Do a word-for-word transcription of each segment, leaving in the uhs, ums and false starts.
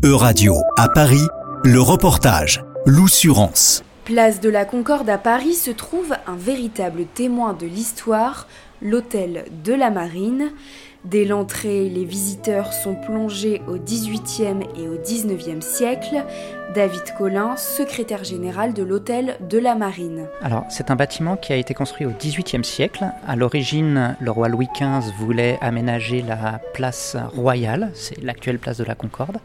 E-Radio, à Paris, le reportage L'Oussurance. Place de la Concorde à Paris se trouve un véritable témoin de l'histoire, l'hôtel de la Marine. Dès l'entrée, les visiteurs sont plongés au dix-huitième et au dix-neuvième siècle. David Collin, secrétaire général de l'hôtel de la Marine. Alors, c'est un bâtiment qui a été construit au dix-huitième siècle. À l'origine, le roi Louis quinze voulait aménager la place royale, c'est l'actuelle place de la Concorde.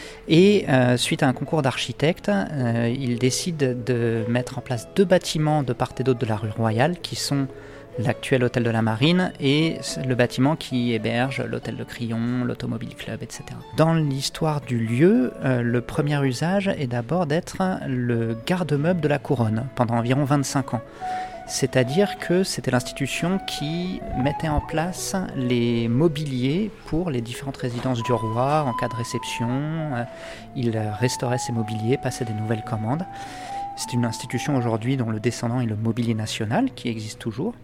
Et euh, suite à un concours d'architectes, euh, il décide de mettre en place deux bâtiments de part et d'autre de la rue Royale, qui sont l'actuel hôtel de la Marine et le bâtiment qui héberge l'hôtel de Crillon, l'Automobile Club, et cetera. Dans l'histoire du lieu, euh, le premier usage est d'abord d'être le garde-meuble de la couronne pendant environ vingt-cinq ans. C'est-à-dire que c'était l'institution qui mettait en place les mobiliers pour les différentes résidences du roi en cas de réception. Euh, il restaurait ces mobiliers, passait des nouvelles commandes. C'est une institution aujourd'hui dont le descendant est le Mobilier National, qui existe toujours.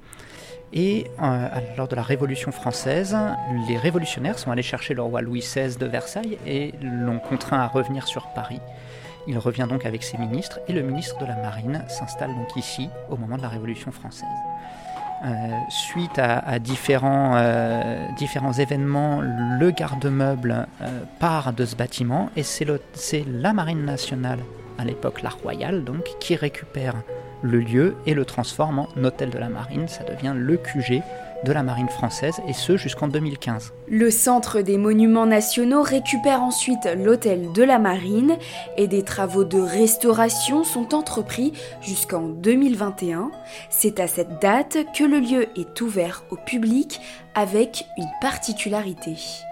Et euh, lors de la Révolution française, les révolutionnaires sont allés chercher le roi Louis seize de Versailles et l'ont contraint à revenir sur Paris. Il revient donc avec ses ministres et le ministre de la Marine s'installe donc ici au moment de la Révolution française. Euh, suite à, à différents, euh, différents événements, le garde-meuble euh, part de ce bâtiment et c'est, le, c'est la Marine nationale, à l'époque la Royale, donc, qui récupère le lieu et le transforme en hôtel de la Marine. Ça devient le Q G de la Marine française, et ce jusqu'en deux mille quinze. Le Centre des Monuments Nationaux récupère ensuite l'hôtel de la Marine et des travaux de restauration sont entrepris jusqu'en deux mille vingt et un. C'est à cette date que le lieu est ouvert au public avec une particularité.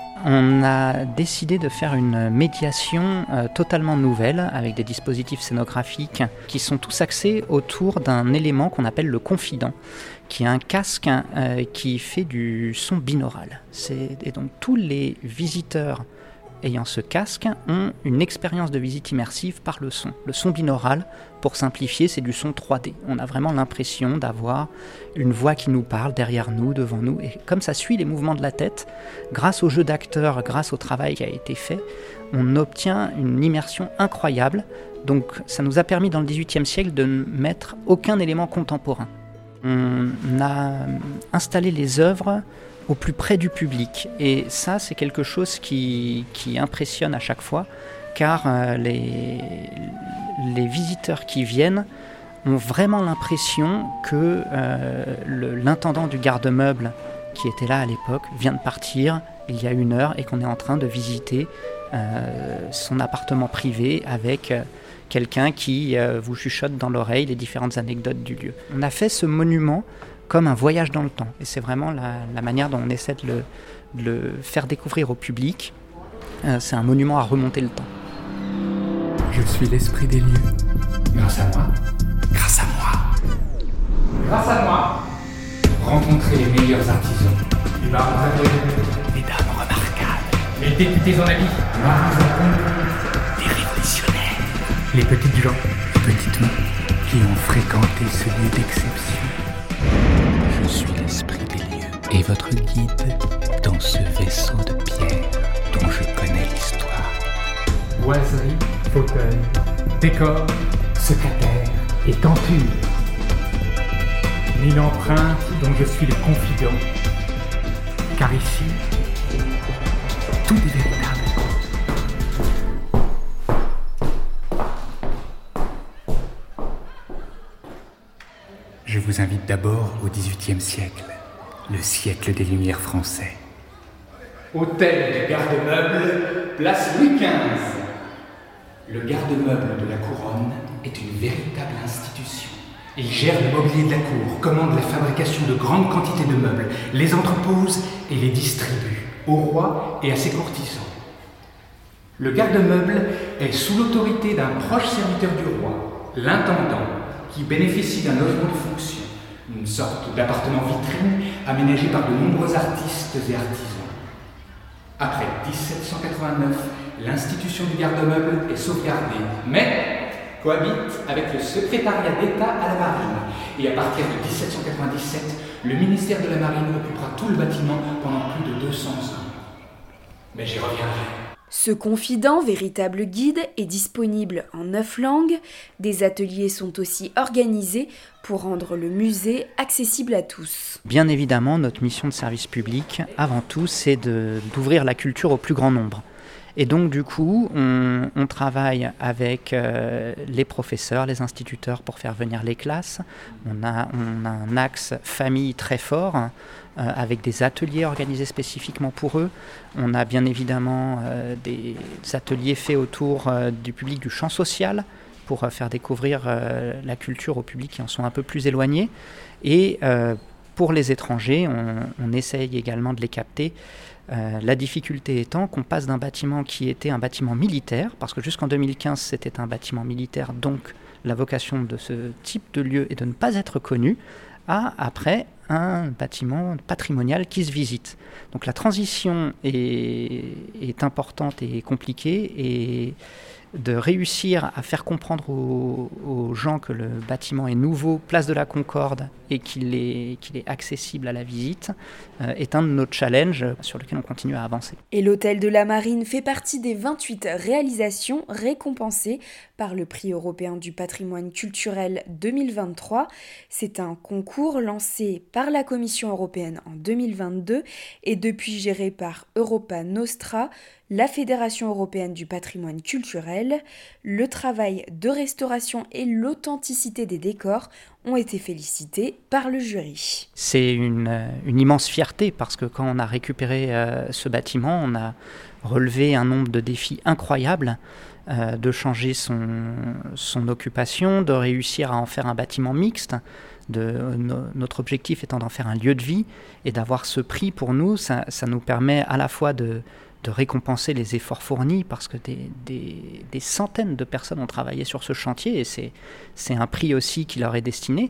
On a décidé de faire une médiation euh, totalement nouvelle avec des dispositifs scénographiques qui sont tous axés autour d'un élément qu'on appelle le confident, qui est un casque euh, qui fait du son binaural. C'est, et donc tous les visiteurs ayant ce casque ont une expérience de visite immersive par le son. Le son binaural, pour simplifier, c'est du son trois D. On a vraiment l'impression d'avoir une voix qui nous parle derrière nous, devant nous. Et comme ça suit les mouvements de la tête, grâce au jeu d'acteurs, grâce au travail qui a été fait, on obtient une immersion incroyable. Donc ça nous a permis dans le dix-huitième siècle de ne mettre aucun élément contemporain. On a installé les œuvres au plus près du public. Et ça, c'est quelque chose qui, qui impressionne à chaque fois, car euh, les, les visiteurs qui viennent ont vraiment l'impression que euh, le, l'intendant du garde-meuble, qui était là à l'époque, vient de partir il y a une heure et qu'on est en train de visiter euh, son appartement privé avec euh, quelqu'un qui euh, vous chuchote dans l'oreille les différentes anecdotes du lieu. On a fait ce monument comme un voyage dans le temps. Et c'est vraiment la, la manière dont on essaie de le, de le faire découvrir au public. Euh, c'est un monument à remonter le temps. Je suis l'esprit des lieux. Grâce à moi. Grâce à moi. Grâce à moi. Rencontrer les meilleurs artisans. Les barons aveugles. Les dames remarquables. Les députés en habit. Les révolutionnaires. Les petites gens. Les petites mains qui ont fréquenté ce lieu d'exception. Je suis l'esprit des lieux et votre guide dans ce vaisseau de pierre dont je connais l'histoire. Boiserie, fauteuil, décor, secrétaire et tenture. Mille empreintes dont je suis le confident. Car ici, tout est véritable. Je vous invite d'abord au dix-huitième siècle, le siècle des Lumières français. Hôtel du garde-meuble, place Louis quinze. Le garde-meuble de la couronne est une véritable institution. Il gère le mobilier de la cour, commande la fabrication de grandes quantités de meubles, les entrepose et les distribue au roi et à ses courtisans. Le garde-meuble est sous l'autorité d'un proche serviteur du roi, l'intendant, qui bénéficie d'un logement de fonction, une sorte d'appartement vitrine aménagé par de nombreux artistes et artisans. Après dix-sept cent quatre-vingt-neuf, l'institution du garde-meuble est sauvegardée, mais cohabite avec le secrétariat d'État à la Marine. Et à partir de dix-sept cent quatre-vingt-dix-sept, le ministère de la Marine occupera tout le bâtiment pendant plus de deux cents ans. Mais j'y reviendrai. Ce confident, véritable guide, est disponible en neuf langues. Des ateliers sont aussi organisés pour rendre le musée accessible à tous. Bien évidemment, notre mission de service public, avant tout, c'est de, d'ouvrir la culture au plus grand nombre. Et donc du coup, on, on travaille avec euh, les professeurs, les instituteurs pour faire venir les classes. On a, on a un axe famille très fort, euh, avec des ateliers organisés spécifiquement pour eux. On a bien évidemment euh, des ateliers faits autour euh, du public du champ social, pour euh, faire découvrir euh, la culture aux publics qui en sont un peu plus éloignés. Et euh, pour les étrangers, on, on essaye également de les capter. Euh, la difficulté étant qu'on passe d'un bâtiment qui était un bâtiment militaire, parce que jusqu'en deux mille quinze c'était un bâtiment militaire, donc la vocation de ce type de lieu est de ne pas être connu, à après un bâtiment patrimonial qui se visite. Donc la transition est, est importante et compliquée, et de réussir à faire comprendre aux, aux gens que le bâtiment est nouveau, place de la Concorde, et qu'il est, qu'il est accessible à la visite, euh, est un de nos challenges sur lesquels on continue à avancer. Et l'Hôtel de la Marine fait partie des vingt-huit réalisations récompensées par le Prix européen du patrimoine culturel deux mille vingt-trois. C'est un concours lancé par la Commission européenne en deux mille vingt-deux et depuis géré par Europa Nostra, la Fédération européenne du patrimoine culturel. Le travail de restauration et l'authenticité des décors ont été félicités par le jury. C'est une, une immense fierté parce que quand on a récupéré euh, ce bâtiment, on a relevé un nombre de défis incroyables, euh, de changer son, son occupation, de réussir à en faire un bâtiment mixte. De, no, notre objectif étant d'en faire un lieu de vie et d'avoir ce prix pour nous, ça, ça nous permet à la fois de de récompenser les efforts fournis parce que des, des, des centaines de personnes ont travaillé sur ce chantier et c'est, c'est un prix aussi qui leur est destiné,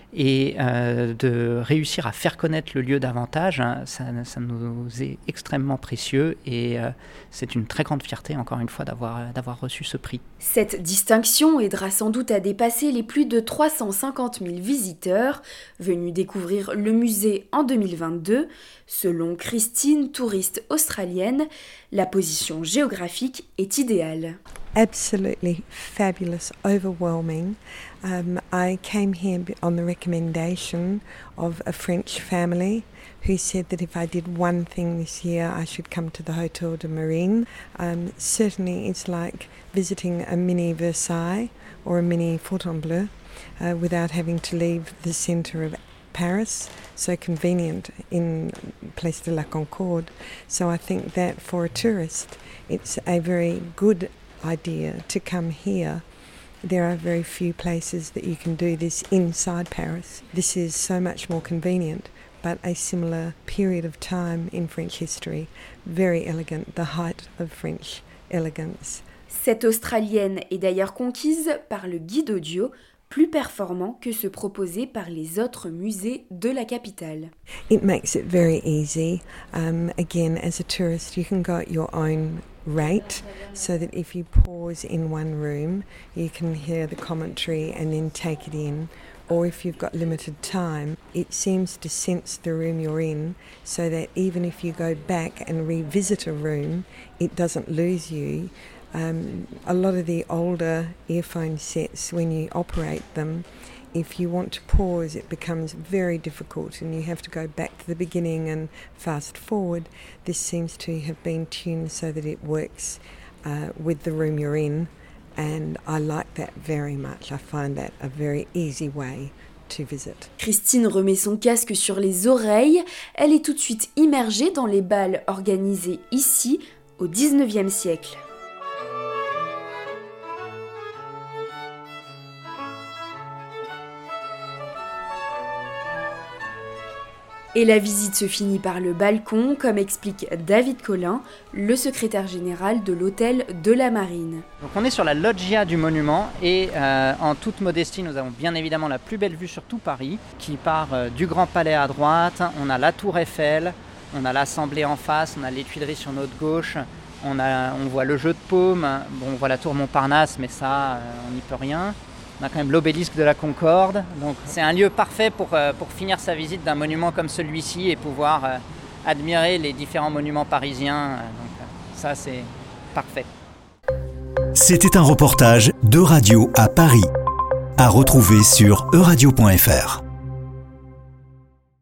et euh, de réussir à faire connaître le lieu davantage, hein, ça, ça nous est extrêmement précieux et euh, c'est une très grande fierté encore une fois d'avoir, d'avoir reçu ce prix. Cette distinction aidera sans doute à dépasser les plus de trois cent cinquante mille visiteurs venus découvrir le musée en deux mille vingt-deux. Selon Christine, touriste australienne, la position géographique est idéale. Absolutely fabulous, overwhelming. Um, I came here on the recommendation of a French family who said that if I did one thing this year, I should come to the Hôtel de Marine. Um, certainly it's like visiting a mini Versailles or a mini Fontainebleau uh, without having to leave the centre of Paris, so convenient in Place de la Concorde. So I think that for a tourist, it's a very good idea to come here. There are very few places that you can do this inside Paris. This is so much more convenient, but a similar period of time in French history. Very elegant, the height of French elegance. Cette Australienne est d'ailleurs conquise par le guide audio, plus performant que ceux proposés par les autres musées de la capitale. It makes it very easy. Um, again, as a tourist, you can go at your own rate, so that if you pause in one room, you can hear the commentary and then take it in. Or if you've got limited time, it seems to sense the room you're in, so that even if you go back and revisit a room, it doesn't lose you. Um, a lot of the older earphone sets, when you operate them, if you want to pause, it becomes very difficult and you have to go back to the beginning and fast forward. This seems to have been tuned so that it works uh, with the room you're in, and I like that very much. I find that a very easy way to visit. Christine remet son casque sur les oreilles. Elle est tout de suite immergée dans les bals organisés ici, au dix-neuvième siècle. Et la visite se finit par le balcon, comme explique David Collin, le secrétaire général de l'Hôtel de la Marine. Donc on est sur la loggia du monument et euh, en toute modestie, nous avons bien évidemment la plus belle vue sur tout Paris, qui part euh, du Grand Palais à droite, on a la Tour Eiffel, on a l'Assemblée en face, on a les Tuileries sur notre gauche, on, a, on voit le Jeu de Paume, bon, on voit la Tour Montparnasse, mais ça, euh, on n'y peut rien. On a quand même l'obélisque de la Concorde, donc c'est un lieu parfait pour, euh, pour finir sa visite d'un monument comme celui-ci et pouvoir euh, admirer les différents monuments parisiens. Donc euh, ça, c'est, Parfait. C'était un reportage d'Euradio à Paris, à retrouver sur euradio point f r.